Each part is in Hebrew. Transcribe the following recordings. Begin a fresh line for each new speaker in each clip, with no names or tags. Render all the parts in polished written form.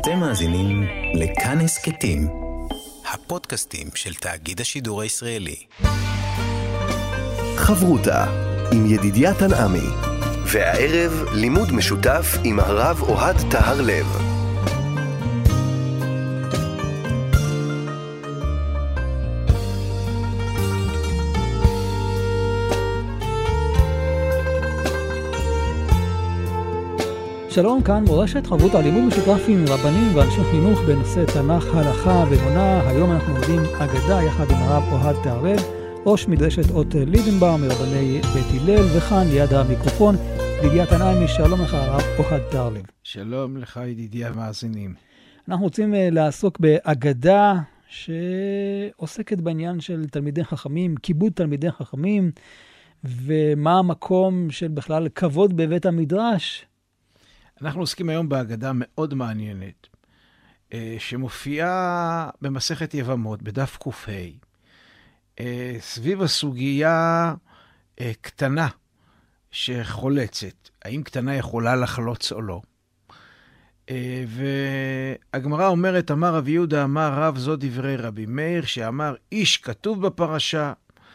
אתם מאזינים לכאן הסכתים, הפודקאסטים של תאגיד השידור הישראלי.
חברותה עם ידידיה תנעמי, והערב לימוד משותף עם הרב אוהד טהר לב.
שלום, כאן מורשת חברותה, לימוד משותף עם רבנים ואנשי חינוך בנושא תנ"ך, הלכה ואמונה. היום אנחנו לומדים אגדה יחד עם הרב אוהד טהר לב, ראש מדרשת אות ליבנבאום מרבני בית הלל, וכאן ליד המיקרופון ידידיה תנעמי. שלום לך הרב אוהד טהר לב.
שלום לך ידידיה מאזינים.
אנחנו רוצים לעסוק באגדה שעוסקת בעניין של תלמידי חכמים, כיבוד תלמידי חכמים, ומה המקום של בכלל כבוד בבית המדרש.
אנחנו עוסקים היום באגדה מאוד מעניינת, שמופיעה במסכת יבמות, בדף ק"ה, סביב הסוגיה קטנה שחולצת. האם קטנה יכולה לחלוץ או לא? והגמרא אומרת, אמר רבי יהודה, אמר רב, זו דברי רבי מאיר, שאמר איש כתוב בפרשה.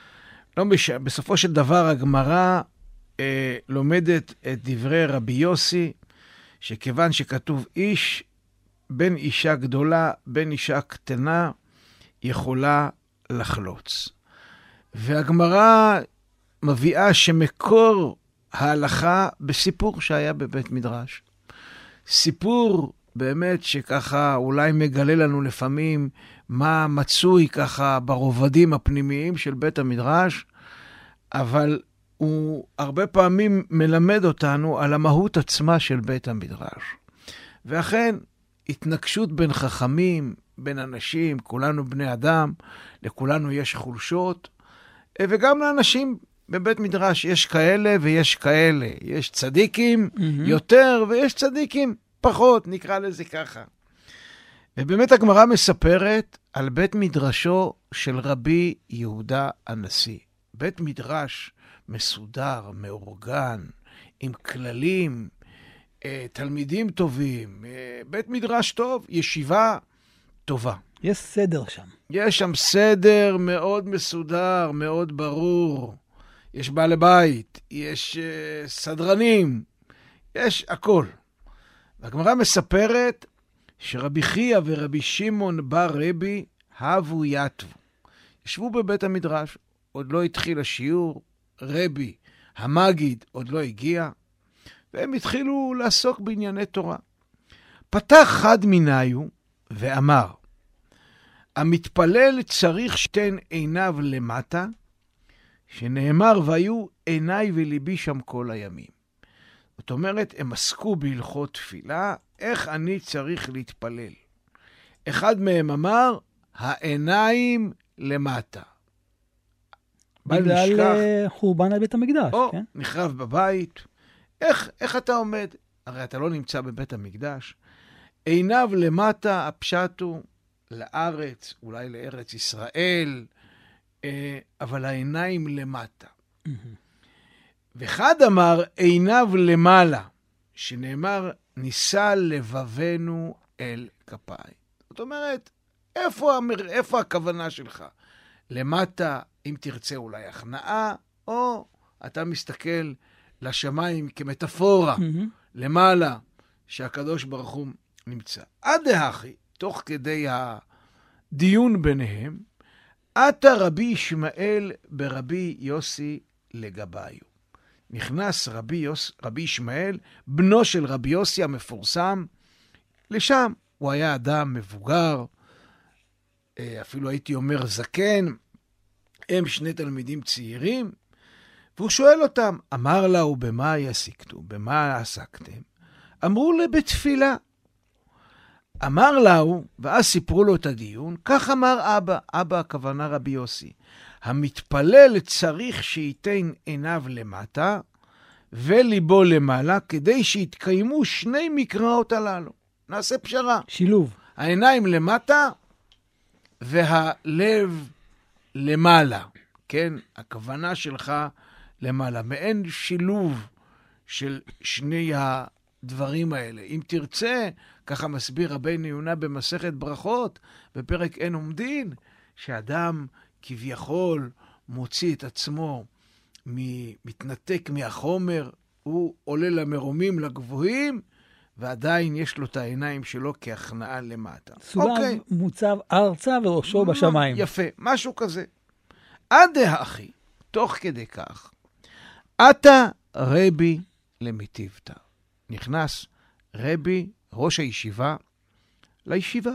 בסופו של דבר הגמרא לומדת את דברי רבי יוסי, שכיוון שכתוב איש, בין אישה גדולה, בין אישה קטנה, יכולה לחלוץ. והגמרא מביאה שמקור ההלכה בסיפור שהיה בבית מדרש. סיפור באמת שככה אולי מגלה לנו לפעמים מה מצוי ככה ברובדים הפנימיים של בית המדרש, אבל הוא הרבה פעמים מלמד אותנו על המהות עצמה של בית המדרש. ואכן, התנגשות בין חכמים, בין אנשים, כולנו בני אדם, לכולנו יש חולשות, וגם לאנשים בבית מדרש יש כאלה ויש כאלה. יש צדיקים יותר ויש צדיקים פחות, נקרא לזה ככה. ובאמת הגמרא מספרת על בית מדרשו של רבי יהודה הנשיא. בית מדרש מסודר, מאורגן, עם כללים, תלמידים טובים, בית מדרש טוב, ישיבה טובה.
יש סדר שם.
יש שם סדר מאוד מסודר, מאוד ברור. יש בעלי בית, יש סדרנים, יש הכל. והגמרא מספרת שרבי חייא ורבי שמעון בר רבי הבו יתבו. ישבו בבית המדרש, עוד לא התחיל השיעור, רבי, המגיד, עוד לא הגיע, והם התחילו לעסוק בענייני תורה. פתח חד מניו ואמר, המתפלל צריך שתן עיניו למטה, שנאמר, והיו עיניי וליבי שם כל הימים. זאת אומרת, הם עסקו בהלכות תפילה, איך אני צריך להתפלל. אחד מהם אמר, העיניים למטה.
בגלל חורבן על בית המקדש.
כן? נחרב בבית. איך אתה עומד? הרי אתה לא נמצא בבית המקדש. עיניו למטה, הפשט הוא לארץ, אולי לארץ ישראל, אבל העיניים למטה. ואחד אמר, עיניו למעלה, שנאמר, ניסה לבבנו אל כפיים. זאת אומרת, איפה הכוונה שלך? למטה, אם תרצה אולי הכנעה, או אתה מסתכל לשמיים כמטאפורה, למעלה, שהקדוש ברוך הוא נמצא. עד דהכי, תוך כדי הדיון ביניהם, עתה רבי ישמעאל ברבי יוסי לגביו. נכנס רבי ישמעאל, בנו של רבי יוסי המפורסם, לשם. הוא היה אדם מבוגר, אפילו הייתי אומר זקן, הם שני תלמידים צעירים, והוא שואל אותם, אמר לה, ובמה יעסקתו? במה עסקתם? אמרו לה, בתפילה. אמר לה, ואז סיפרו לו את הדיון, כך אמר אבא הכוונה רבי יוסי, המתפלל צריך שייתן עיניו למטה, וליבו למעלה, כדי שיתקיימו שני מקראות הללו. נעשה פשרה.
שילוב.
העיניים למטה, והלב למעלה. כן, הכוונה שלך למעלה. מעין שילוב של שני הדברים האלה. אם תרצה, ככה מסביר רבינו יונה במסכת ברכות, בפרק אין עומדין, שאדם כביכול מוציא את עצמו, מתנתק מהחומר, הוא עולה למרומים, לגבוהים, ועדיין יש לו את העיניים שלו כהכנעה למטה.
סולם מוצב ארצה וראשו בשמיים.
יפה, משהו כזה. עד האחי, תוך כדי כך, עתה רבי למטיבתא. נכנס רבי, ראש הישיבה, לישיבה.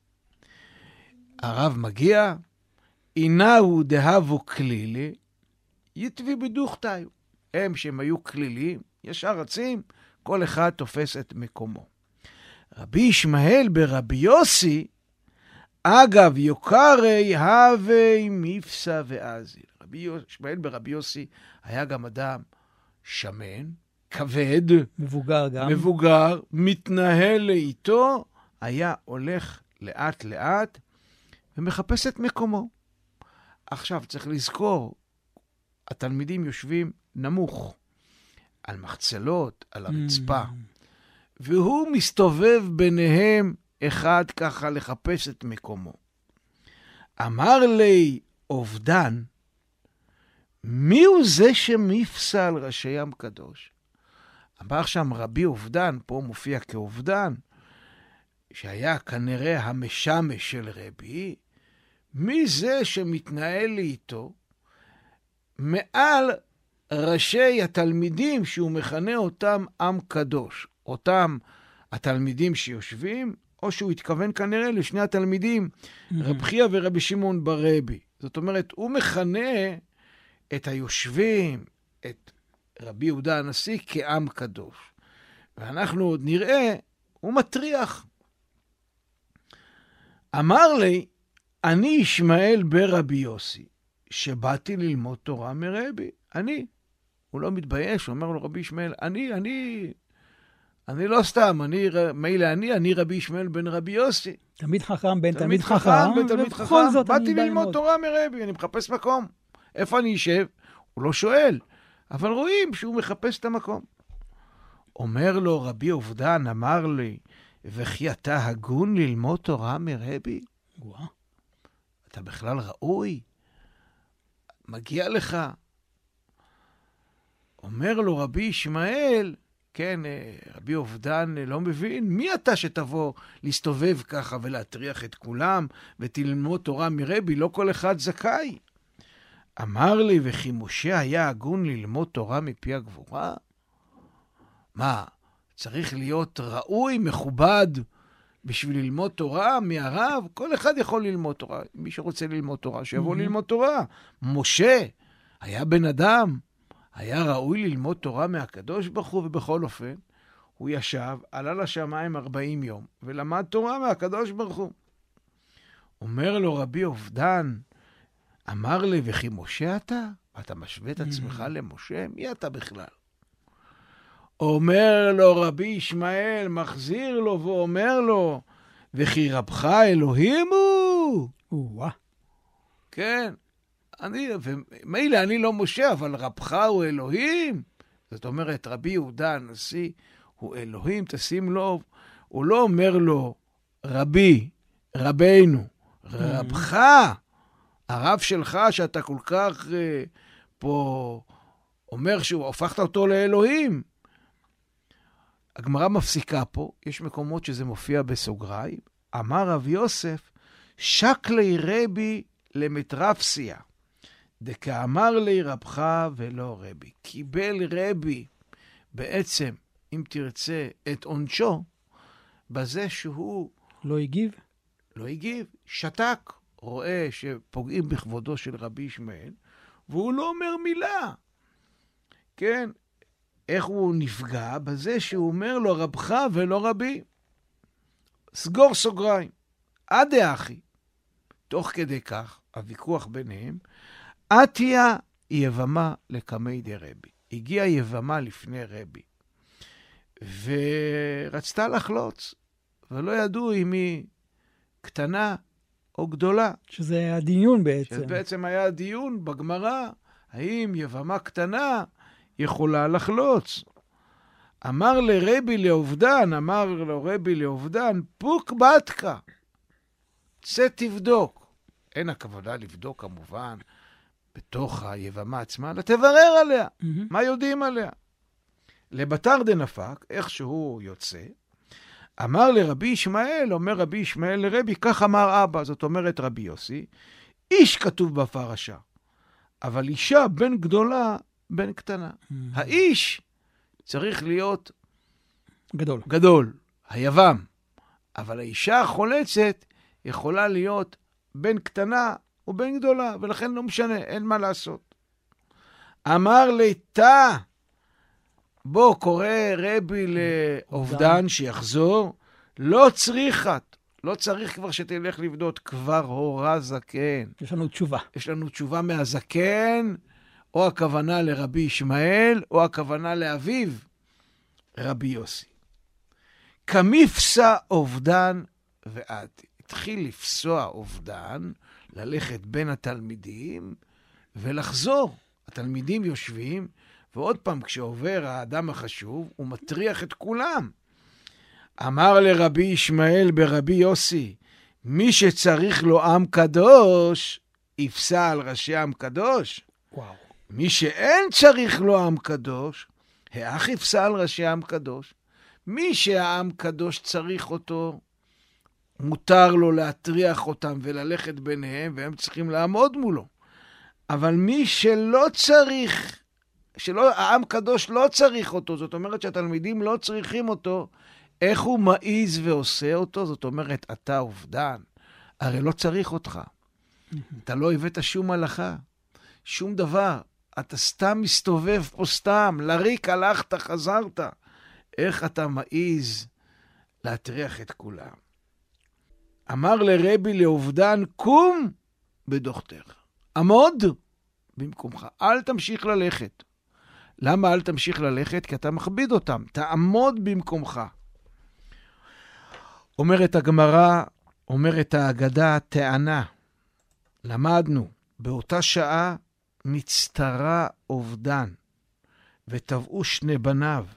הרב מגיע, אינהו דהבו כלילי, יתבי בדוכתיו. הם שהם היו כלילים, ישר רצים, כל אחד תופס את מקומו. רבי ישמעאל ברבי יוסי, אגב יוקרי הווי מפסה ואזיל. רבי ישמעאל ברבי יוסי היה גם אדם שמן, כבד, מבוגר, מתנהל לאיתו, היה הולך לאט לאט ומחפש את מקומו. עכשיו צריך לזכור, התלמידים יושבים נמוך, על מחצלות, על הרצפה, והוא מסתובב ביניהם אחד ככה לחפש את מקומו. אמר לי אובדן, מי הוא זה שמפסה על ראשי עם קדוש? אמר שם רבי אובדן, פה מופיע כאובדן, שהיה כנראה המשמש של רבי, מי זה שמתנהל לי איתו מעל ראשי התלמידים שהוא מכנה אותם עם קדוש, אותם התלמידים שיושבים, או שהוא התכוון כנראה לשני התלמידים, רב חייא ורבי שמעון ברבי. זאת אומרת, הוא מכנה את היושבים, את רבי יהודה הנשיא כעם קדוש. ואנחנו עוד נראה, הוא מטריח. אמר לי, אני ישמעאל ברבי יוסי, שבאתי ללמוד תורה מרבי. הוא לא מתבייש, הוא אומר לו רבי ישמעאל, אני לא סתם, אני רבי ישמעאל בן רבי יוסי.
תמיד חכם בן תמיד חכם, ובכל זאת
באתי ללמוד תורה מרבי, אני מחפש מקום. איפה אני אשב? הוא לא שואל, אבל רואים שהוא מחפש את המקום. אומר לו רבי אובדן, אמר לי, וכי אתה הגון ללמוד תורה מרבי? אתה בכלל ראוי? מגיע לך? אומר לו רבי ישמעאל, כן, רבי אובדן לא מבין, מי אתה שתבוא להסתובב ככה ולהטריח את כולם ותלמוד תורה מרבי? לא כל אחד זכאי. אמר לי, וכי משה היה הגון ללמוד תורה מפי הגבורה? מה, צריך להיות ראוי, מכובד, בשביל ללמוד תורה מהרב? כל אחד יכול ללמוד תורה. מי שרוצה ללמוד תורה, שיבוא ללמוד תורה. משה היה בן אדם, היה ראוי ללמוד תורה מהקדוש ברוך הוא, ובכל אופן, הוא ישב, עלה לשמיים 40 יום, ולמד תורה מהקדוש ברוך הוא. אומר לו רבי אובדן, אמר לי, וכי משה אתה? אתה משווה את עצמך למשה? מי אתה בכלל? אומר לו רבי ישמעאל, מחזיר לו ואומר לו, וכי רבך אלוהים הוא? כן, מילא אני לא משה, אבל רבך הוא אלוהים? זאת אומרת, רבי יהודה הנשיא הוא אלוהים, תשים לב, הוא לא אומר לו, רבינו, רבך, הרב שלך שאתה כל כך פה אומר שהוא הפכת אותו לאלוהים. הגמרא מפסיקה פה, יש מקומות שזה מופיע בסוגריים. אמר רב יוסף, שקלי רבי למטרפסיה, דכאמר לי רבך ולא רבי. קיבל רבי בעצם, אם תרצה, את עונשו, בזה שהוא
לא הגיב,
שתק, רואה שפוגעים בכבודו של רבי ישמעאל, והוא לא אומר מילה. כן, איך הוא נפגע? בזה שהוא אומר לו רבך ולא רבי. סגור סוגריים. עד האחי. תוך כדי כך, הוויכוח ביניהם, עתיה יבמה לקמי די רבי. הגיעה יבמה לפני רבי. ורצתה לחלוץ, ולא ידעו אם היא קטנה או גדולה.
שזה הדיון בעצם. שזה
בעצם היה הדיון בגמרא, האם יבמה קטנה יכולה לחלוץ. אמר לו רבי לעובדן, פוק בתקה, צא תבדוק. אין הכוונה לבדוק כמובן בתוך היבמה עצמה, אלא תברר עליה, מה יודעים עליה. לבתר דנפק, איך שהוא יוצא, אמר לרבי ישמעאל, אומר רבי ישמעאל לרבי, כך אמר אבא, זאת אומרת רבי יוסי, איש כתוב בפרשה, אבל אישה בין גדולה, בין קטנה. האיש צריך להיות גדול, היבם, אבל האישה החולצת יכולה להיות בין קטנה ובין גדולה, ולכן לא משנה, אין מה לעשות. אמר ליתה, בוא קורא רבי לעובדן שיחזור, לא צריך כבר שתלך לבדות, כבר הורה זקן.
יש לנו תשובה
מהזקן, או הכוונה לרבי ישמעאל, או הכוונה לאביו, רבי יוסי. כמפסע אובדן ועד. התחיל לפסוע אובדן, ללכת בין התלמידים ולחזור. התלמידים יושבים, ועוד פעם כשעובר האדם החשוב, הוא מטריח את כולם. אמר לרבי ישמעאל ברבי יוסי, מי שצריך לו עם קדוש, יפסע על ראשי עם קדוש.
וואו.
מי שאין צריך לו עם קדוש, האח יפסע על ראשי עם קדוש. מי שהעם קדוש צריך אותו, מותר לו להטריח אותם וללכת ביניהם, והם צריכים לעמוד מולו. אבל מי שלא צריך, העם קדוש לא צריך אותו, זאת אומרת שהתלמידים לא צריכים אותו, איך הוא מעיז ועושה אותו? זאת אומרת, אתה אובדן, הרי לא צריך אותך. אתה לא הבאת שום הלכה, שום דבר. אתה סתם מסתובב פה סתם, לריק הלכת, חזרת. איך אתה מעיז להטריח את כולם? אמר לרבי לעובדן, קום בדוחתך. עמוד במקומך, אל תמשיך ללכת. למה אל תמשיך ללכת? כי אתה מכביד אותם. תעמוד במקומך. אומרת הגמרא, אומרת האגדה, טענה. למדנו, באותה שעה נצטרה אובדן, וטבעו שני בניו,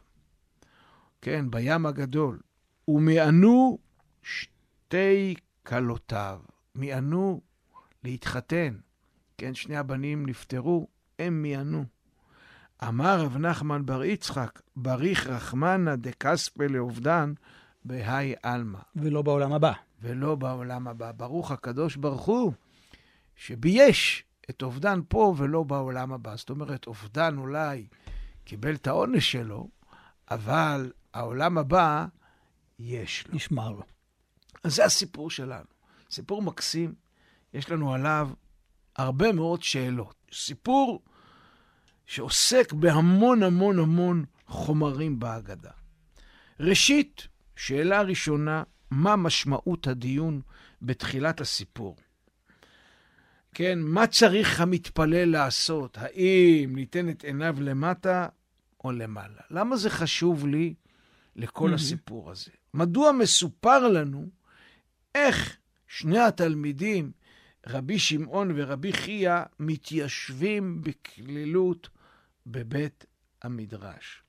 כן, בים הגדול, ומענו שתי כלותיו, מענו להתחתן, כן, שני הבנים נפטרו, הם מענו. אמר רב נחמן בר יצחק, בריך רחמנה דקספה לאובדן, בהי אלמה.
ולא בעולם הבא.
ולא בעולם הבא. ברוך הקדוש ברוך הוא, שבייש את אובדן פה ולא בעולם הבא. זאת אומרת, אובדן אולי קיבל את העונש שלו, אבל העולם הבא יש לו.
נשמר לו.
אז זה הסיפור שלנו. סיפור מקסים, יש לנו עליו הרבה מאוד שאלות. סיפור שעוסק בהמון המון המון חומרים בהגדה. ראשית, שאלה ראשונה, מה משמעות הדיון בתחילת הסיפור? כן, מה צריך המתפלל לעשות? האם ניתן את עיניו למטה או למעלה? למה זה חשוב לי לכל הסיפור הזה? מדוע מסופר לנו איך שני התלמידים, רבי שמעון ורבי חייא, מתיישבים בכלילות בבית המדרש?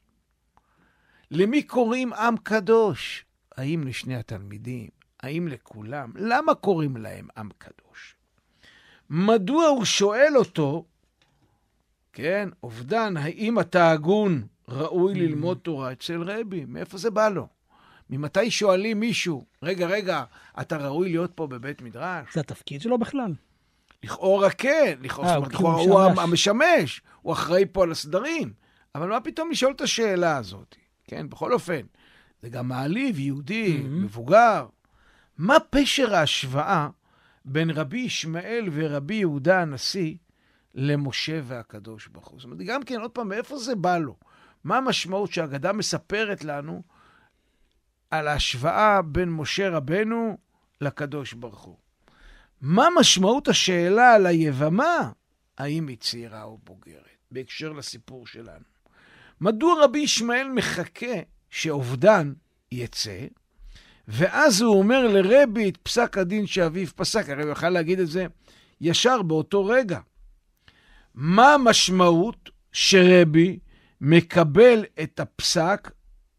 למי קוראים עם קדוש? האם לשני התלמידים? האם לכולם? למה קוראים להם עם קדוש? מדוע הוא שואל אותו, כן, אובדן, האם אתה הגון ראוי ללמוד תורה אצל רבי? מאיפה זה בא לו? ממתי שואלים מישהו, רגע, אתה ראוי להיות פה בבית מדרש?
זה התפקיד שלו בכלל.
לכאורה כן, לכאורה הוא המשמש, הוא אחראי פה על הסדרים. אבל מה פתאום לשאול את השאלה הזאת? כן, בכל אופן, זה גם מעליב, יהודי, מבוגר. מה פשר ההשוואה בין רבי ישמעאל ורבי יהודה הנשיא למשה והקדוש ברוך הוא? זאת אומרת, גם כן, עוד פעם, מאיפה זה בא לו? מה המשמעות שהאגדה מספרת לנו על ההשוואה בין משה רבנו לקדוש ברוך הוא? מה משמעות השאלה על היבמה? האם היא צעירה או בוגרת? בהקשר לסיפור שלנו. מדוע רבי ישמעאל מחכה שאובדן יצא, ואז הוא אומר לרבי את פסק הדין שאביו פסק? הרי הוא יוכל להגיד את זה ישר באותו רגע. מה המשמעות שרבי מקבל את הפסק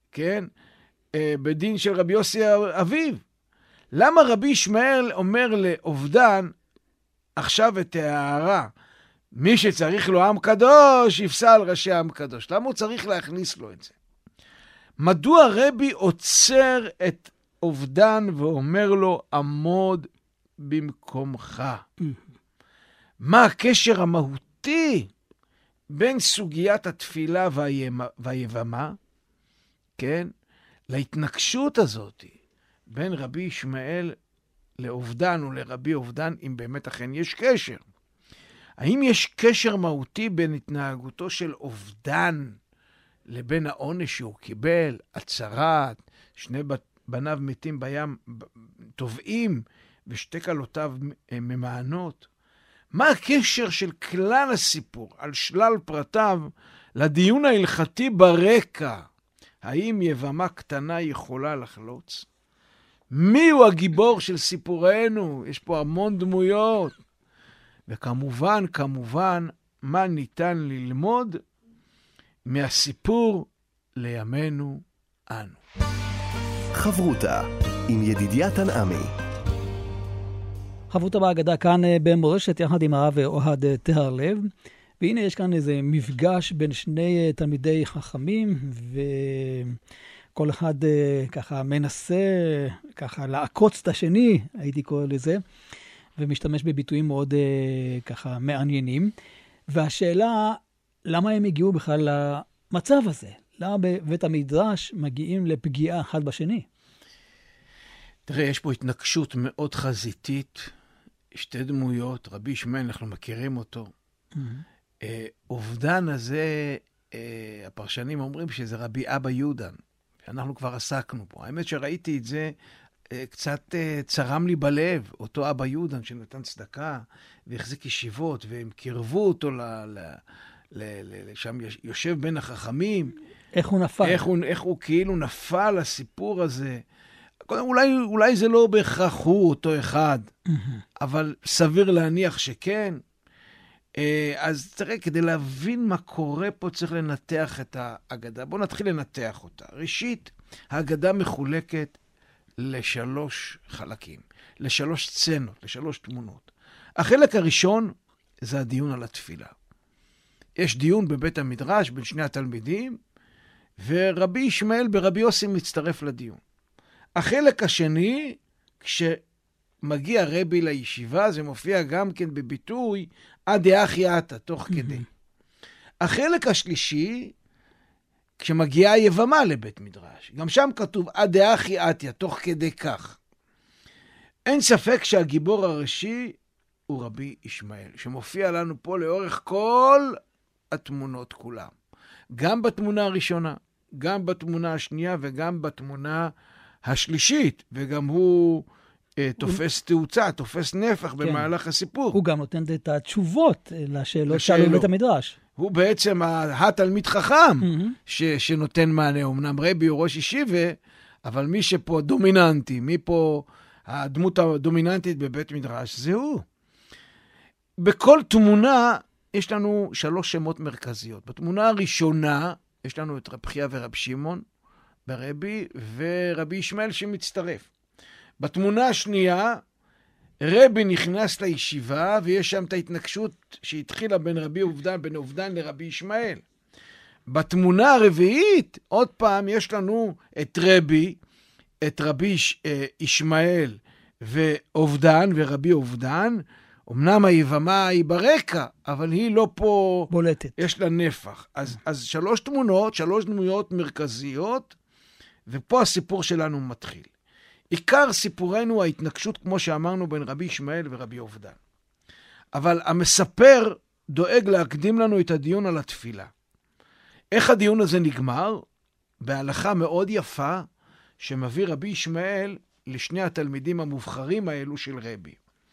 כן? בדין של רבי יוסי אביו. למה רבי ישמעאל אומר לאובדן, עכשיו את ההערה, מי שצריך לו עם קדוש, יפסל ראשי עם קדוש. למה הוא צריך להכניס לו את זה? מדוע רבי עוצר את אובדן ואומר לו, עמוד במקומך? מה הקשר המהותי בין סוגיית התפילה והיבמה, כן, להתנגשות הזאת בין רבי ישמעאל לאובדן ולרבי אובדן, אם באמת אכן יש קשר? האם יש קשר מהותי בין התנהגותו של אובדן לבין העונש שהוא קיבל, הצרת, שני בניו מתים בים, טובעים, ושתי כלותיו ממענות? מה הקשר של כלל הסיפור, על שלל פרטיו, לדיון ההלכתי ברקע? האם יבמה קטנה יכולה לחלוץ? מי הוא הגיבור של סיפורנו? יש פה המון דמויות. וכמובן, מה ניתן ללמוד מהסיפור לימינו אנו.
חברותה עם ידידיה תנעמי.
חברותה בהגדה כאן במורשת יחד עם הרב אוהד תהרלב. והנה יש כאן איזה מפגש בין שני תלמידי חכמים, וכל אחד ככה מנסה ככה לעקוץ את השני, הייתי קורא לזה, ומשתמש בביטויים מאוד ככה מעניינים. והשאלה, למה הם הגיעו בכלל למצב הזה? למה בבית המדרש מגיעים לפגיעה אחד בשני?
תראה, יש פה התנגשות מאוד חזיתית, שתי דמויות, רבי ישמעאל, אנחנו מכירים אותו. אובדן הזה, הפרשנים אומרים שזה רבי אבא יהודן, אנחנו כבר עסקנו פה. האמת שראיתי את זה, קצת צרם לי בלב, אותו אבא יהודן שנתן צדקה והחזיק ישיבות, והם קרבו אותו שם יושב בין החכמים.
איך הוא נפל?
איך הוא כאילו נפל לסיפור הזה. אולי זה לא בהכרח הוא אותו אחד, אבל סביר להניח שכן. אז תראה, כדי להבין מה קורה פה צריך לנתח את ההגדה. בואו נתחיל לנתח אותה. ראשית, ההגדה מחולקת לשלוש חלקים, לשלוש סצנות, לשלוש תמונות. החלק הראשון זה הדיון על התפילה. יש דיון בבית המדרש בין שני התלמידים, ורבי ישמעאל ברבי יוסי מצטרף לדיון. החלק השני, כשמגיע רבי לישיבה, זה מופיע גם כן בביטוי עד אחי עתה, תוך כדי. החלק השלישי, כשמגיעה יבמה לבית מדרש, גם שם כתוב עד אחי עתיה, תוך כדי כך. אין ספק שהגיבור הראשי הוא רבי ישמעאל, שמופיע לנו פה לאורך כל התמונות כולם. גם בתמונה הראשונה, גם בתמונה השנייה וגם בתמונה השלישית, וגם הוא תופס תאוצה, תופס נפח במהלך הסיפור.
הוא גם נותן את התשובות לשאלות שעלו בית המדרש.
הוא בעצם התלמיד חכם שנותן מענה. אמנם רבי הוא ראש ישיבה, אבל מי שפה דומיננטי, מי פה הדמות הדומיננטית בבית מדרש, זה הוא. בכל תמונה יש לנו שלוש שמות מרכזיות. בתמונה הראשונה יש לנו את רב חייא ורב שמעון ברבי, ורבי ישמעאל שמצטרף. בתמונה השנייה, רבי נכנס לישיבה, ויש שם את ההתנגשות שהתחילה בין רבי אובדן, בין אובדן לרבי ישמעאל. בתמונה הרביעית, עוד פעם, יש לנו את רבי, את רבי ישמעאל ואובדן ורבי אובדן. אמנם היבמה היא ברקע, אבל היא לא פה
בולטת.
יש לה נפח. אז שלוש תמונות, שלוש דמויות מרכזיות, ופה הסיפור שלנו מתחיל. עיקר סיפורנו ההתנגשות, כמו שאמרנו, בין רבי ישמעאל ורבי אובדן. אבל המספר דואג להקדים לנו את הדיון על התפילה. איך הדיון הזה נגמר? בהלכה מאוד יפה שמביא רבי ישמעאל לשני התלמידים המובחרים האלו של רבי.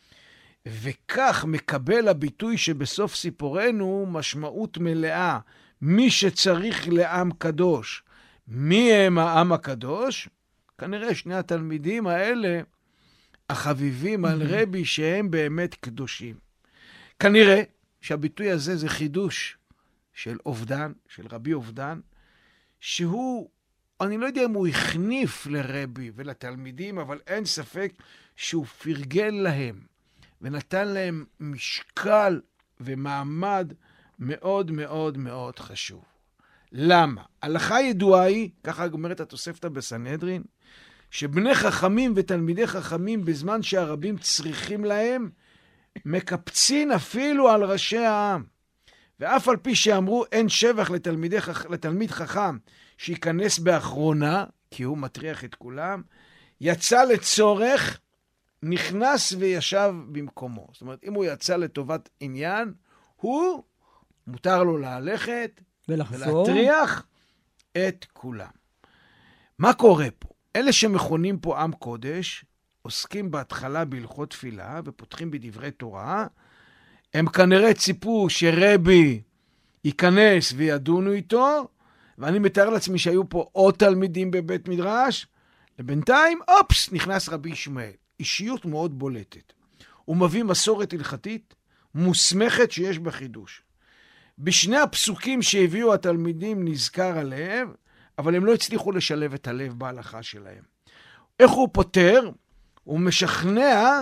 וכך מקבל הביטוי שבסוף סיפורנו משמעות מלאה. מי שצריך לעם קדוש. מי הם העם הקדוש? כנראה שני התלמידים האלה החביבים על רבי שהם באמת קדושים. כנראה שהביטוי הזה זה חידוש של אובדן, של רבי אובדן, שהוא אני לא יודע אם הוא הכניף לרבי ולתלמידים, אבל אין ספק שהוא פרגן להם, ונתן להם משקל ומעמד מאוד מאוד מאוד חשוב. למה? הלכה ידועה היא, ככה אומרת התוספתא בסנהדרין, שבני חכמים ותלמידי חכמים בזמן שהרבים צריכים להם, מקפצין אפילו על ראשי העם. ואף על פי שאמרו אין שבח לתלמיד חכם שיכנס באחרונה, כי הוא מטריח את כולם, יצא לצורך, נכנס וישב במקומו. זאת אומרת, אם הוא יצא לטובת עניין, הוא מותר לו ללכת ולהטריח את כולם. מה קורה פה? אלה שמכונים פה עם קודש, עוסקים בהתחלה בהלכות תפילה ופותחים בדברי תורה, הם כנראה ציפו שרבי ייכנס וידונו איתו, ואני מתאר לעצמי שהיו פה עוד תלמידים בבית מדרש, ובינתיים, אופס, נכנס רבי ישמעאל. אישיות מאוד בולטת. הוא מביא מסורת הלכתית מוסמכת שיש בה חידוש. בשני הפסוקים שהביאו התלמידים נזכר הלב, אבל הם לא הצליחו לשלב את הלב בהלכה שלהם. איך הוא פותר? הוא משכנע,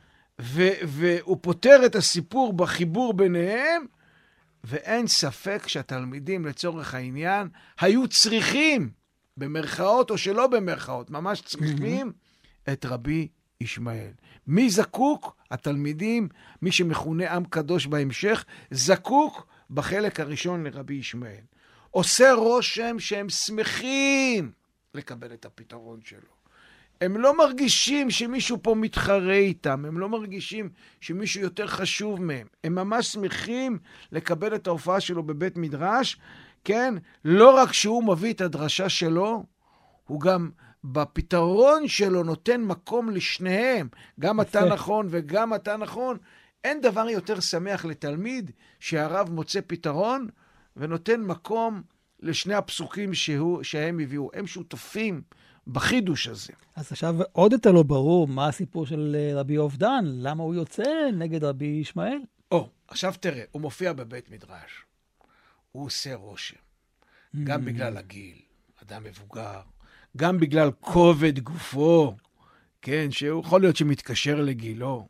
והוא פותר את הסיפור בחיבור ביניהם, ואין ספק שהתלמידים לצורך העניין היו צריכים, במרכאות או שלא במרכאות, ממש צריכים את רבי ישמעאל. מי זקוק? התלמידים, מי שמכונה עם קדוש בהמשך, זקוק בחלק הראשון לרבי ישמעאל. עושה רושם שהם שמחים לקבל את הפתרון שלו. הם לא מרגישים שמישהו פה מתחרה איתם, הם לא מרגישים שמישהו יותר חשוב מהם. הם ממש שמחים לקבל את ההופעה שלו בבית מדרש, כן? לא רק שהוא מביא את הדרשה שלו, הוא גם בפתרון שלו נותן מקום לשניהם. גם אתה נכון וגם אתה נכון. אין דבר יותר שמח לתלמיד שהרב מוצא פתרון ונותן מקום לשני הפסוקים שהם הביאו. הם שותפים בחידוש הזה.
אז עכשיו עוד יותר לא ברור מה הסיפור של רבי אובדן, למה הוא יוצא נגד רבי ישמעאל?
עכשיו תראה, הוא מופיע בבית מדרש. הוא עושה רושם. גם בגלל הגיל, אדם מבוגר, גם בגלל כובד גופו, כן, שהוא יכול להיות שמתקשר לגילו.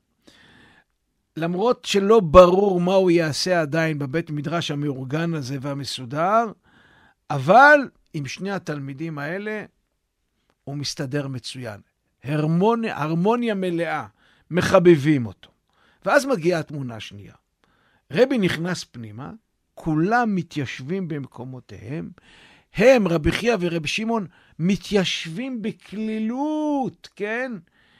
למרות שלא ברור מה הוא יעשה עדיין בבית מדרש המאורגן הזה והמסודר, אבל עם שני התלמידים האלה הוא מסתדר מצוין. הרמוניה מלאה, מחבבים אותו. ואז מגיעה התמונה השנייה. רבי נכנס פנימה, כולם מתיישבים במקומותיהם, הם, רבי חייא ורבי שמעון, מתיישבים בכלילות, כן?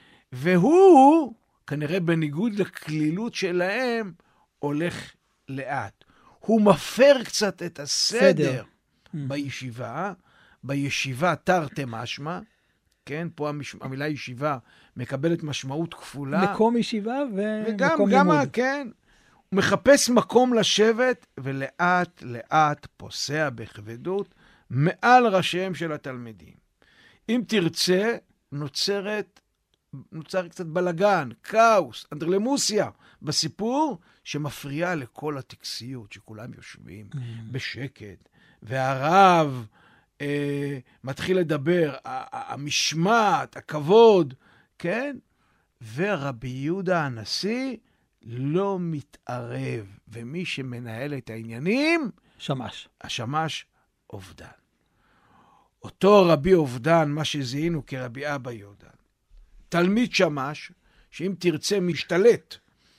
והוא, כנראה בניגוד לכלילות שלהם, הולך לאט. הוא מפר קצת את הסדר בישיבה, בישיבה תרתי משמע, כן? פה המילה ישיבה מקבלת משמעות כפולה.
מקום ישיבה ומקום לימוד.
כן. הוא מחפש מקום לשבת, ולאט לאט פוסע בכבדות מעל ראשיהם של התלמידים. אם תרצה, נוצר קצת בלגן, כאוס, אנדרלמוסיה, בסיפור שמפריע לכל הטקסיות, שכולם יושבים בשקט, והרב מתחיל לדבר, המשמעת, הכבוד, כן? ורבי יהודה הנשיא לא מתערב, ומי שמנהל את העניינים, השמש אובדן. אותו רבי אובדן, מה שזיהינו כרבי אבא יהודה, תלמיד שמש, שאם תרצה משתלט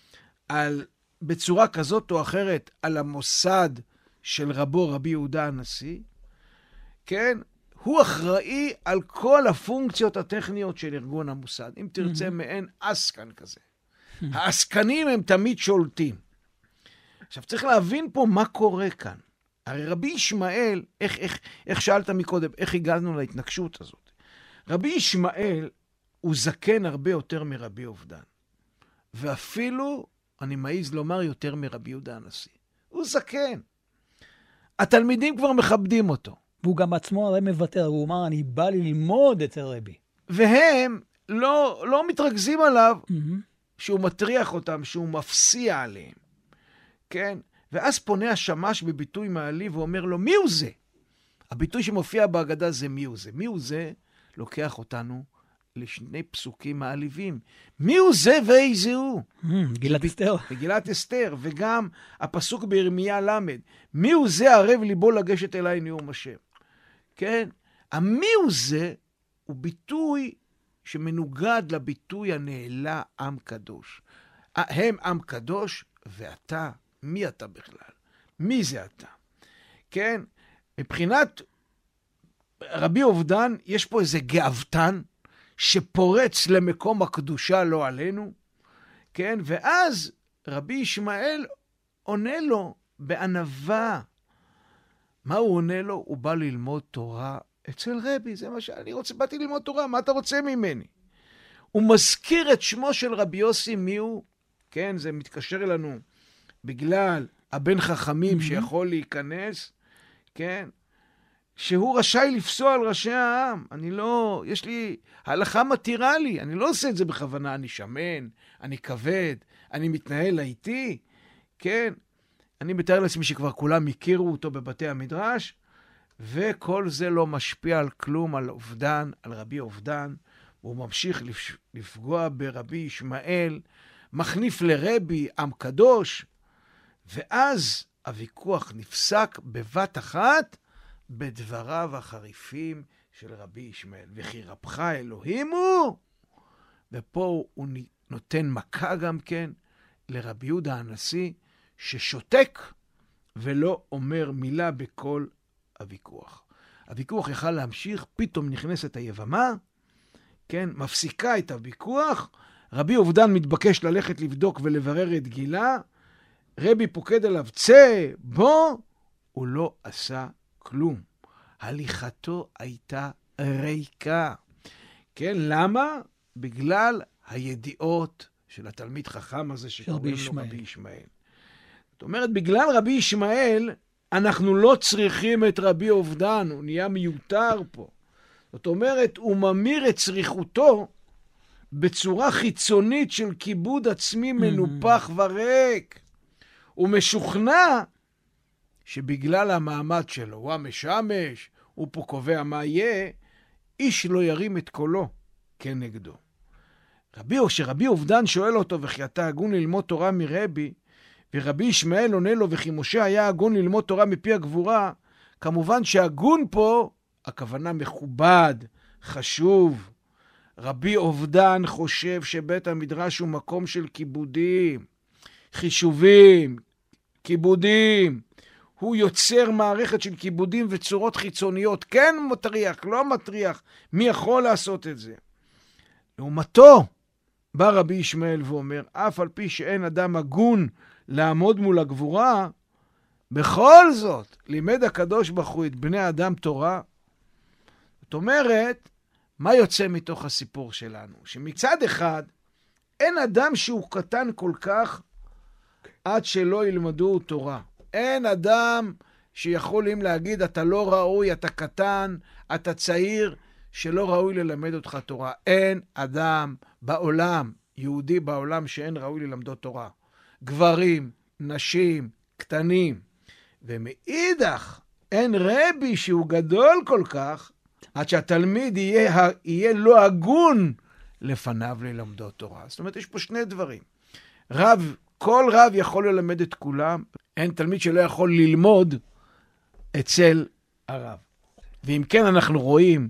בצורה כזאת או אחרת על המוסד של רבי יהודה הנשיא, כן? הוא אחראי על כל הפונקציות הטכניות של ארגון המוסד. אם תרצה מעין אסקן כזה. האסקנים הם תמיד שולטים. עכשיו צריך להבין פה מה קורה כאן. הרי רבי ישמעאל, איך שאלת מקודם, איך הגענו להתנגשות הזאת? רבי ישמעאל הוא זקן הרבה יותר מרבי אובדן. ואפילו, אני מעיז לומר, יותר מרבי יהודה הנשיא. הוא זקן. התלמידים כבר מכבדים אותו.
והוא גם עצמו הרי מוותר, הוא אומר, אני בא ללמוד אצל רבי.
והם לא מתרכזים עליו שהוא מטריח אותם, שהוא מפסיע עליהם. כן? ואז פונה השמש בביטוי מעליב ואומר לו, מי הוא זה? הביטוי שמופיע בהגדה זה מי הוא זה. מי הוא זה לוקח אותנו לשני פסוקים מעליבים. מי הוא זה ואיזה הוא?
מגילת אסתר.
מגילת אסתר, וגם הפסוק בירמיה למד. מי הוא זה ערב ליבו לגשת אליי נאום השם? כן? המי הוא זה הוא ביטוי שמנוגד לביטוי הנעלה עם קדוש. הם עם קדוש, ואתה, מי אתה בכלל? מי זה אתה? כן? מבחינת רבי אובדן, יש פה איזה גאוותן שפורץ למקום הקדושה לא עלינו, כן? ואז רבי ישמעאל עונה לו בענווה. מה הוא עונה לו? הוא בא ללמוד תורה אצל רבי, זה מה שאני רוצה, באתי ללמוד תורה, מה אתה רוצה ממני? הוא מזכיר את שמו של רבי יוסי, מי הוא? כן, זה מתקשר אלינו בגלל הבן חכמים שיכול להיכנס, כן? שהוא רשאי לפסוע על ראשי העם. אני לא, יש לי, ההלכה מתירה לי, אני לא עושה את זה בכוונה, אני שמן, אני כבד, אני מתנהל איתי, כן? אני מתאר לעצמי שכבר כולם הכירו אותו בבתי המדרש, וכל זה לא משפיע על כלום, על אובדן, על רבי אובדן, והוא ממשיך לפגוע ברבי ישמעאל, מחניף לרבי עם קדוש, ואז הוויכוח נפסק בבת אחת בדבריו החריפים של רבי ישמעאל. וכי רבך אלוהים הוא, ופה הוא נותן מכה גם כן לרבי יהודה הנשיא, ששותק ולא אומר מילה בכל הוויכוח. הוויכוח יכל להמשיך, פתאום נכנסת היבמה, כן, מפסיקה את הוויכוח, רבי אובדן מתבקש ללכת לבדוק ולברר את גילה, רבי פוקד עליו, צא, בוא, הוא לא עשה כלום. הליכתו הייתה ריקה. כן, למה? בגלל הידיעות של התלמיד חכם הזה שקוראים לו רבי ישמעאל. זאת אומרת, בגלל רבי ישמעאל, אנחנו לא צריכים את רבי אובדן, הוא נהיה מיותר פה. זאת אומרת, הוא ממיר את צריכותו בצורה חיצונית של כיבוד עצמי מנופח וריק. הוא משוכנע שבגלל המעמד שלו, הוא המשמש, הוא פה קובע מה יהיה, איש לא ירים את קולו כנגדו. כשרבי אובדן שואל אותו, וכי אתה הגון ללמוד תורה מרבי, ורבי ישמעאל עונה לו, וכי משה היה הגון ללמוד תורה מפי הגבורה, כמובן שהגון פה, הכוונה מכובד, חשוב. רבי אובדן חושב שבית המדרש הוא מקום של כיבודים, חישובים, כיבודים. הוא יוצר מערכת של כיבודים וצורות חיצוניות, כן מטריח, לא מטריח, מי יכול לעשות את זה? לעומתו, בא רבי ישמעאל ואומר, אף על פי שאין אדם הגון לעמוד מול הגבורה, בכל זאת, לימד הקדוש ברוך הוא את בני אדם תורה. זאת אומרת, מה יוצא מתוך הסיפור שלנו? שמצד אחד, אין אדם שהוא קטן כל כך עד שלא ילמדו תורה. אין אדם שיכולים להגיד, אתה לא ראוי, אתה קטן, אתה צעיר, שלא ראוי ללמד אותך תורה. אין אדם בעולם, יהודי בעולם, שאין ראוי ללמדו תורה. גברים, נשים, קטנים. ומאידך, אין רבי שהוא גדול כל כך, עד שהתלמיד יהיה לא הגון לפניו ללמדו תורה. זאת אומרת, יש פה שני דברים. כל רב יכול ללמד את כולם, אין תלמיד שלא יכול ללמוד אצל הרב. ואם כן, אנחנו רואים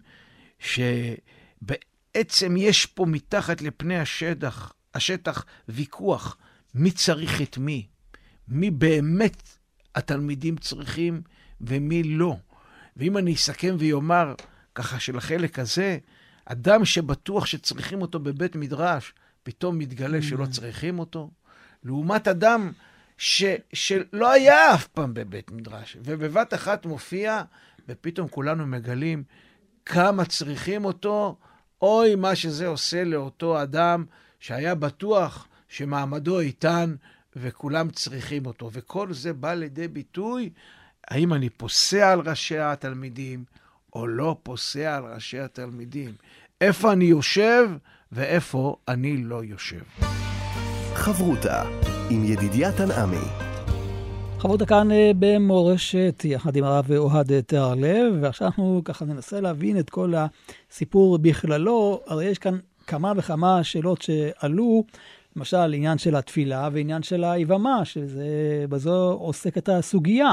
שבעצם יש פה מתחת לפני השטח ויכוח, מי צריך את מי? מי באמת התלמידים צריכים ומי לא? ואם אני אסכם ויאמר ככה של החלק הזה, אדם שבטוח שצריכים אותו בבית מדרש, פתאום מתגלה שלא צריכים אותו, לעומת אדם שלא היה אף פעם בבית מדרש, ובבת אחת מופיע, ופתאום כולנו מגלים כמה צריכים אותו, אוי מה שזה עושה לאותו אדם שהיה בטוח שמעמדו איתן וכולם צריכים אותו. וכל זה בא לידי ביטוי, האם אני פוסע על ראשי התלמידים או לא פוסע על ראשי התלמידים. איפה אני יושב ואיפה אני לא יושב.
חברותה עם ידידיה תנעמי.
חברות כאן במורשת, יחד עם הרב אוהד תיארלב, ועכשיו אנחנו ככה ננסה להבין את כל הסיפור בכללו. הרי יש כאן כמה וכמה שאלות שעלו, למשל עניין של התפילה ועניין של היבמה, שבזו עוסקת הסוגיה.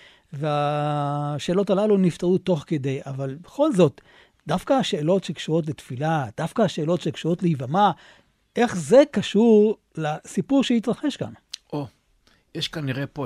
והשאלות הללו נפתרו תוך כדי, אבל בכל זאת, דווקא השאלות שקשורות לתפילה, דווקא השאלות שקשורות ליבמה, איך זה קשור לסיפור שהתרחש כאן?
יש כנראה פה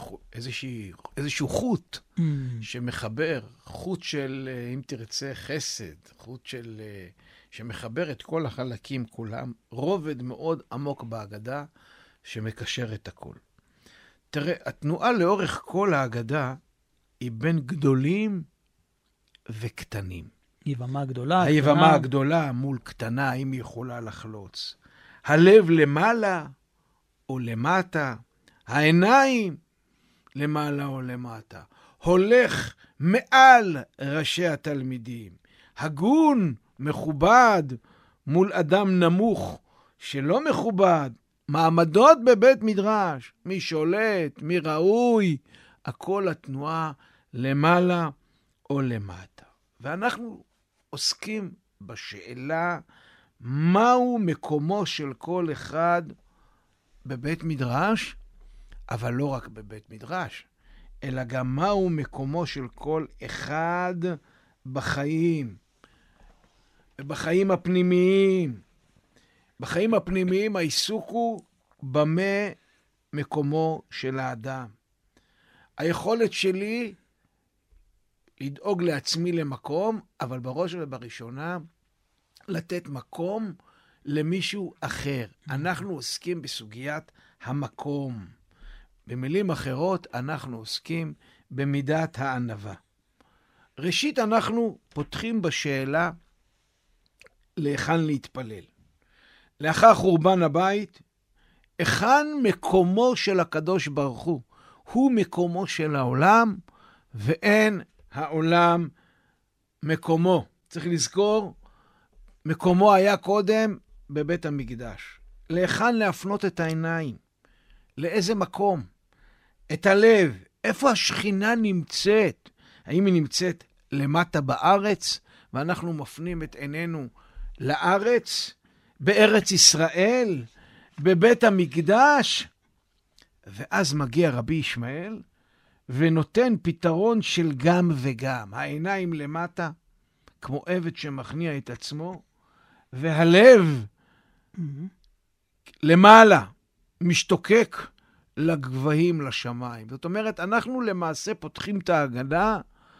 איזשהו חוט שמחבר, חוט של, אם תרצה, חסד, חוט שמחבר את כל החלקים כולם, רובד מאוד עמוק בהגדה שמקשר את הכל. תראה, התנועה לאורך כל ההגדה היא בין גדולים וקטנים.
יבמה גדולה,
היבמה הגדולה מול קטנה, האם היא יכולה לחלוץ. הלב למעלה או למטה, העיניים למעלה או למטה. הולך מעל ראשי התלמידים. הגון, מכובד, מול אדם נמוך שלא מכובד. מעמדות בבית מדרש, מי שולט, מי ראוי, הכל התנועה למעלה או למטה. ואנחנו עוסקים בשאלה מהו מקומו של כל אחד בבית מדרש, אבל לא רק בבית מדרש, אלא גם מהו מקומו של כל אחד בחיים, ובחיים הפנימיים. בחיים הפנימיים העיסוק הוא במה מקומו של האדם. היכולת שלי לדאוג לעצמי למקום, אבל בראש ובראשונה לתת מקום למישהו אחר. אנחנו עוסקים בסוגיית המקום. במילים אחרות, אנחנו עוסקים במידת הענווה. ראשית, אנחנו פותחים בשאלה להיכן להתפלל. לאחר חורבן הבית, היכן מקומו של הקדוש ברוך הוא? הוא מקומו של העולם, ואין העולם מקומו. צריך לזכור, מקומו היה קודם בבית המקדש. להיכן להפנות את העיניים? לאיזה מקום? את הלב. איפה השכינה נמצאת? האם היא נמצאת למטה בארץ, ואנחנו מפנים את עינינו לארץ, בארץ ישראל, בבית המקדש? ואז מגיע רבי ישמעאל, ונותן פתרון של גם וגם. העיניים למטה, כמו עבד שמכניע את עצמו, והלב למעלה, משתוקק לגבהים, לשמיים. זאת אומרת, אנחנו למעשה פותחים את ההגדה,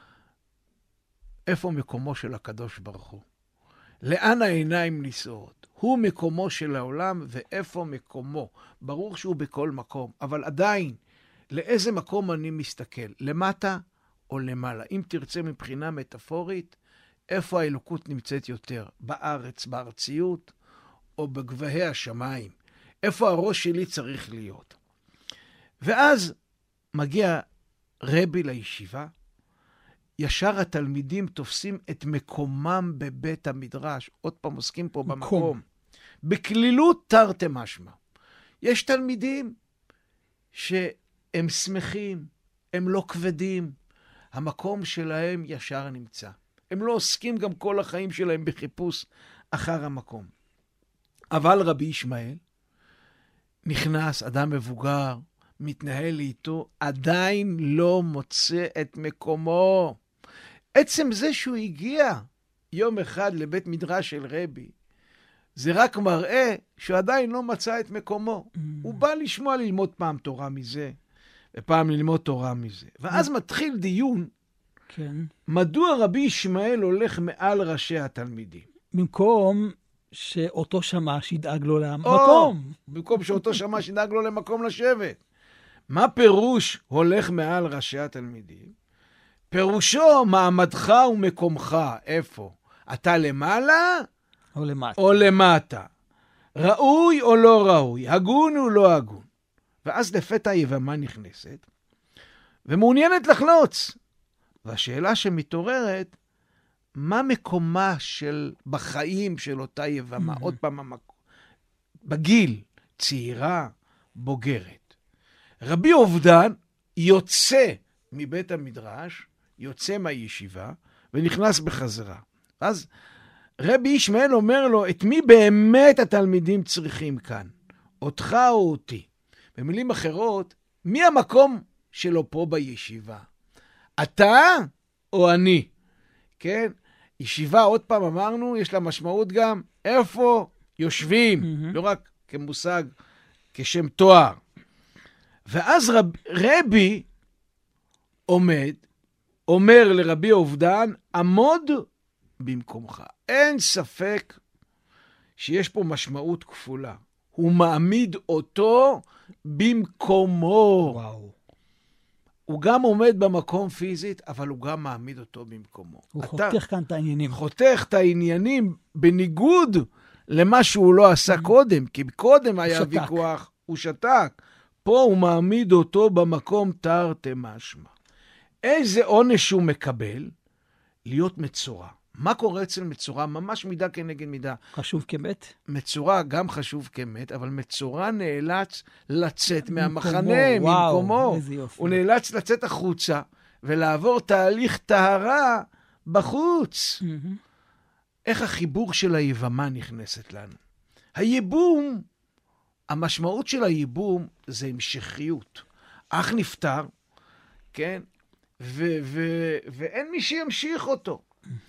איפה מקומו של הקדוש ברוך הוא? לאן העיניים נישאות? הוא מקומו של העולם, ואיפה מקומו? ברור שהוא בכל מקום, אבל עדיין, לאיזה מקום אני מסתכל? למטה או למעלה? אם תרצה מבחינה מטאפורית, איפה האלוקות נמצאת יותר? בארץ, בארציות, או בגבהי השמיים? איפה הראש שלי צריך להיות? ואז מגיע רבי לישיבה, ישר התלמידים תופסים את מקומם בבית המדרש. עוד פעם עוסקים פה במקום. בכלילות תרתי משמע. יש תלמידים שהם שמחים, הם לא כבדים. המקום שלהם ישר נמצא. הם לא עוסקים גם כל החיים שלהם בחיפוש אחר המקום. אבל רבי ישמעאל נכנס, אדם מבוגר, מתנהל איתו, עדיין לא מוצא את מקומו. עצם זה שהוא הגיע יום אחד לבית מדרש של רבי, זה רק מראה שהוא עדיין לא מצא את מקומו. הוא בא לשמוע ללמוד פעם תורה מזה, ופעם ללמוד תורה מזה. ואז מתחיל דיון, מדוע רבי ישמעאל הולך מעל ראשי התלמידים?
במקום שאותו שמש ידאג לו למקום.
במקום שאותו שמש ידאג לו למקום לשבת. מה פירוש הולך מעל ראשי התלמידים? פירושו מעמדך ומקומך. איפה? אתה למעלה
או למטה?
או למטה. ראוי או לא ראוי? הגון או לא הגון? ואז לפתע יבמה נכנסת ומעוניינת לחלוץ. והשאלה שמתעוררת, מה מקומה בחיים של אותה יבמה? עוד פעם, בגיל, צעירה, בוגרת. רבי עובדן יוצא מבית המדרש, יוצא מהישיבה, ונכנס בחזרה. אז רבי ישמעאל אומר לו, את מי באמת התלמידים צריכים כאן? אותך או אותי? במילים אחרות, מי המקום שלו פה בישיבה? אתה או אני? כן? ישיבה, עוד פעם אמרנו, יש לה משמעות גם איפה יושבים, לא רק כמושג, כשם תואר. ואז רבי אומר לרבי עובדן, עמוד במקומך. אין ספק שיש פה משמעות כפולה. הוא מעמיד אותו במקומו.
וואו.
הוא גם עומד במקום פיזית, אבל הוא גם מעמיד אותו במקומו.
הוא חותך כאן את העניינים.
חותך את העניינים בניגוד למה שהוא לא עשה קודם, כי קודם היה ויכוח, הוא שתק. פה הוא מעמיד אותו במקום תרתי משמע. איזה עונש הוא מקבל? להיות מצורע. מה קורה אצל מצורע? ממש מידה כנגד מידה.
חשוב כמת?
מצורע גם חשוב כמת, אבל מצורע נאלץ לצאת מהמחנה, ממקומו.
איזה יופי.
הוא נאלץ לצאת החוצה ולעבור תהליך טהרה בחוץ. איך החיבור של היבמה נכנסת לנו? הייבום, המשמעות של הייבום זה המשכיות. אח נפטר, כן? ואין מי שימשיך אותו.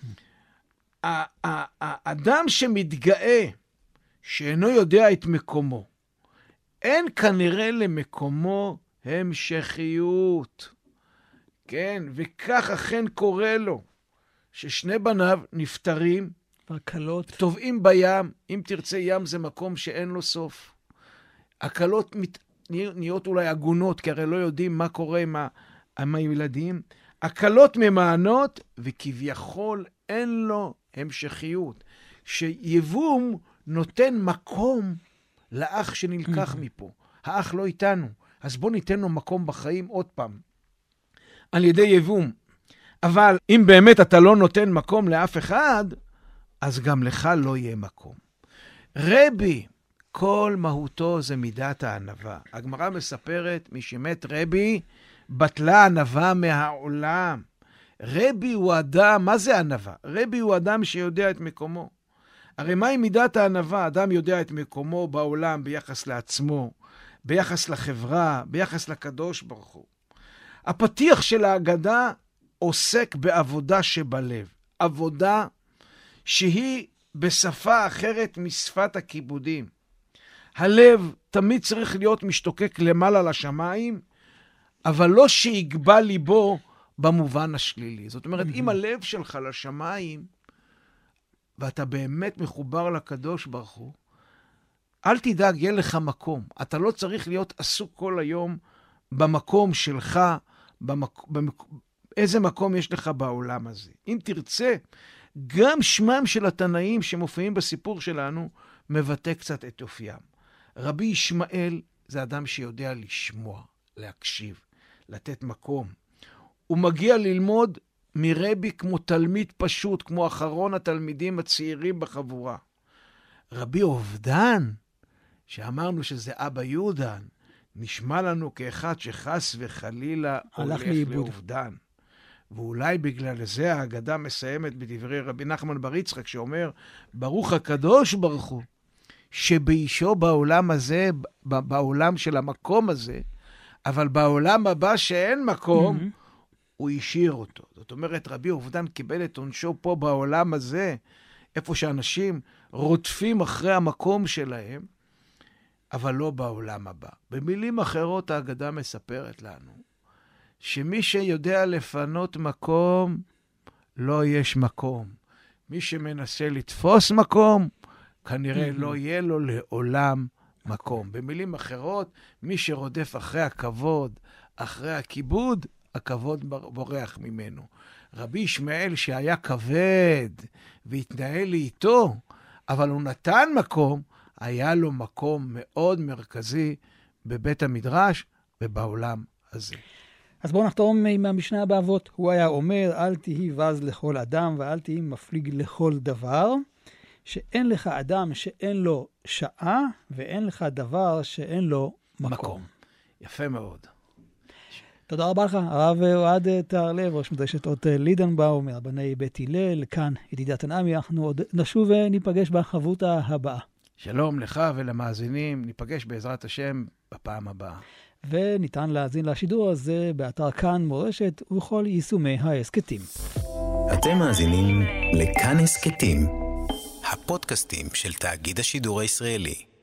האדם שמתגאה, שאינו יודע את מקומו, אין כנראה למקומו המשכיות. כן? וכך אכן קורה לו, ששני בניו נפטרים,
והקלות.
טובעים בים. אם תרצה, ים זה מקום שאין לו סוף. הקלות נהיות אולי עגונות, כי הרי לא יודעים מה קורה עם הילדים. הקלות ממענות, וכביכול אין לו המשכיות. שיבום נותן מקום לאח שנלקח מפה. האח לא איתנו, אז בוא ניתן לו מקום בחיים עוד פעם. על ידי יבום. אבל אם באמת אתה לא נותן מקום לאף אחד, אז גם לך לא יהיה מקום. רבי, כל מהותו זה מידת הענווה. הגמרא מספרת, מי שמת רבי, בטלה ענווה מהעולם. רבי הוא אדם, מה זה ענווה? רבי הוא אדם שיודע את מקומו. הרי מהי מידת הענווה? אדם יודע את מקומו בעולם ביחס לעצמו, ביחס לחברה, ביחס לקדוש ברוך הוא. הפתיח של ההגדה עוסק בעבודה שבלב. עבודה שהיא בשפה אחרת משפת הכיבודים. הלב תמיד צריך להיות משתוקק למעלה לשמיים, אבל לא שיגבה ליבו במובן השלילי. זאת אומרת, אם הלב שלך לשמיים, ואתה באמת מחובר לקדוש ברוך הוא, אל תדאג, יהיה לך מקום. אתה לא צריך להיות עסוק כל היום במקום שלך, איזה מקום יש לך בעולם הזה. אם תרצה, גם שמם של התנאים שמופיעים בסיפור שלנו, מבטא קצת את אופיים. רבי ישמעאל זה אדם שיודע לשמוע, להקשיב, לתת מקום. הוא מגיע ללמוד מרבי כמו תלמיד פשוט, כמו אחרון התלמידים הצעירים בחבורה. רבי עובדן, שאמרנו שזה אבא יהודן, נשמע לנו כאחד שחס וחלילה הולך לאובדן. ואולי בגלל זה ההגדה מסיימת בדברי רבי נחמן בר יצחק, שאומר, ברוך הקדוש ברוך הוא, שבאישו בעולם הזה, בעולם של המקום הזה, אבל בעולם הבא שאין מקום, הוא השאיר אותו. זאת אומרת, רבי עובדן קיבל את עונשו פה בעולם הזה, איפה שאנשים רודפים אחרי המקום שלהם, אבל לא בעולם הבא. במילים אחרות, ההגדה מספרת לנו, שמי שיודע לפנות מקום, לא יש מקום. מי שמנסה לתפוס מקום, כנראה לא יהיה לו לעולם מקום. במילים אחרות, מי שרודף אחרי הכבוד, אחרי הכיבוד, הכבוד בורח ממנו. רבי ישמעאל שהיה כבד והתנהל איתו, אבל הוא נתן מקום, היה לו מקום מאוד מרכזי בבית המדרש ובעולם הזה.
אז בואו נחתום עם המשנה באבות. הוא היה אומר, אל תהי בז לכל אדם ואל תהי מפליג לכל דבר, שאין לך אדם שאין לו שעה ואין לך דבר שאין לו מקום.
יפה מאוד.
תודה רבה לך, הרב אוהד תהרלב, ראש מדרשת אות לידנבאום, מרבני בית הלל, כאן ידידיה תנעמי, אנחנו עוד נשוב וניפגש בחברותה הבאה.
שלום לך ולמאזינים, ניפגש בעזרת השם בפעם הבאה.
וניתן להאזין לשידור הזה באתר כאן מורשת ובכל יישומי ההסכתים.
אתם מאזינים לכאן הסכתים, הפודקאסטים של תאגיד השידור הישראלי.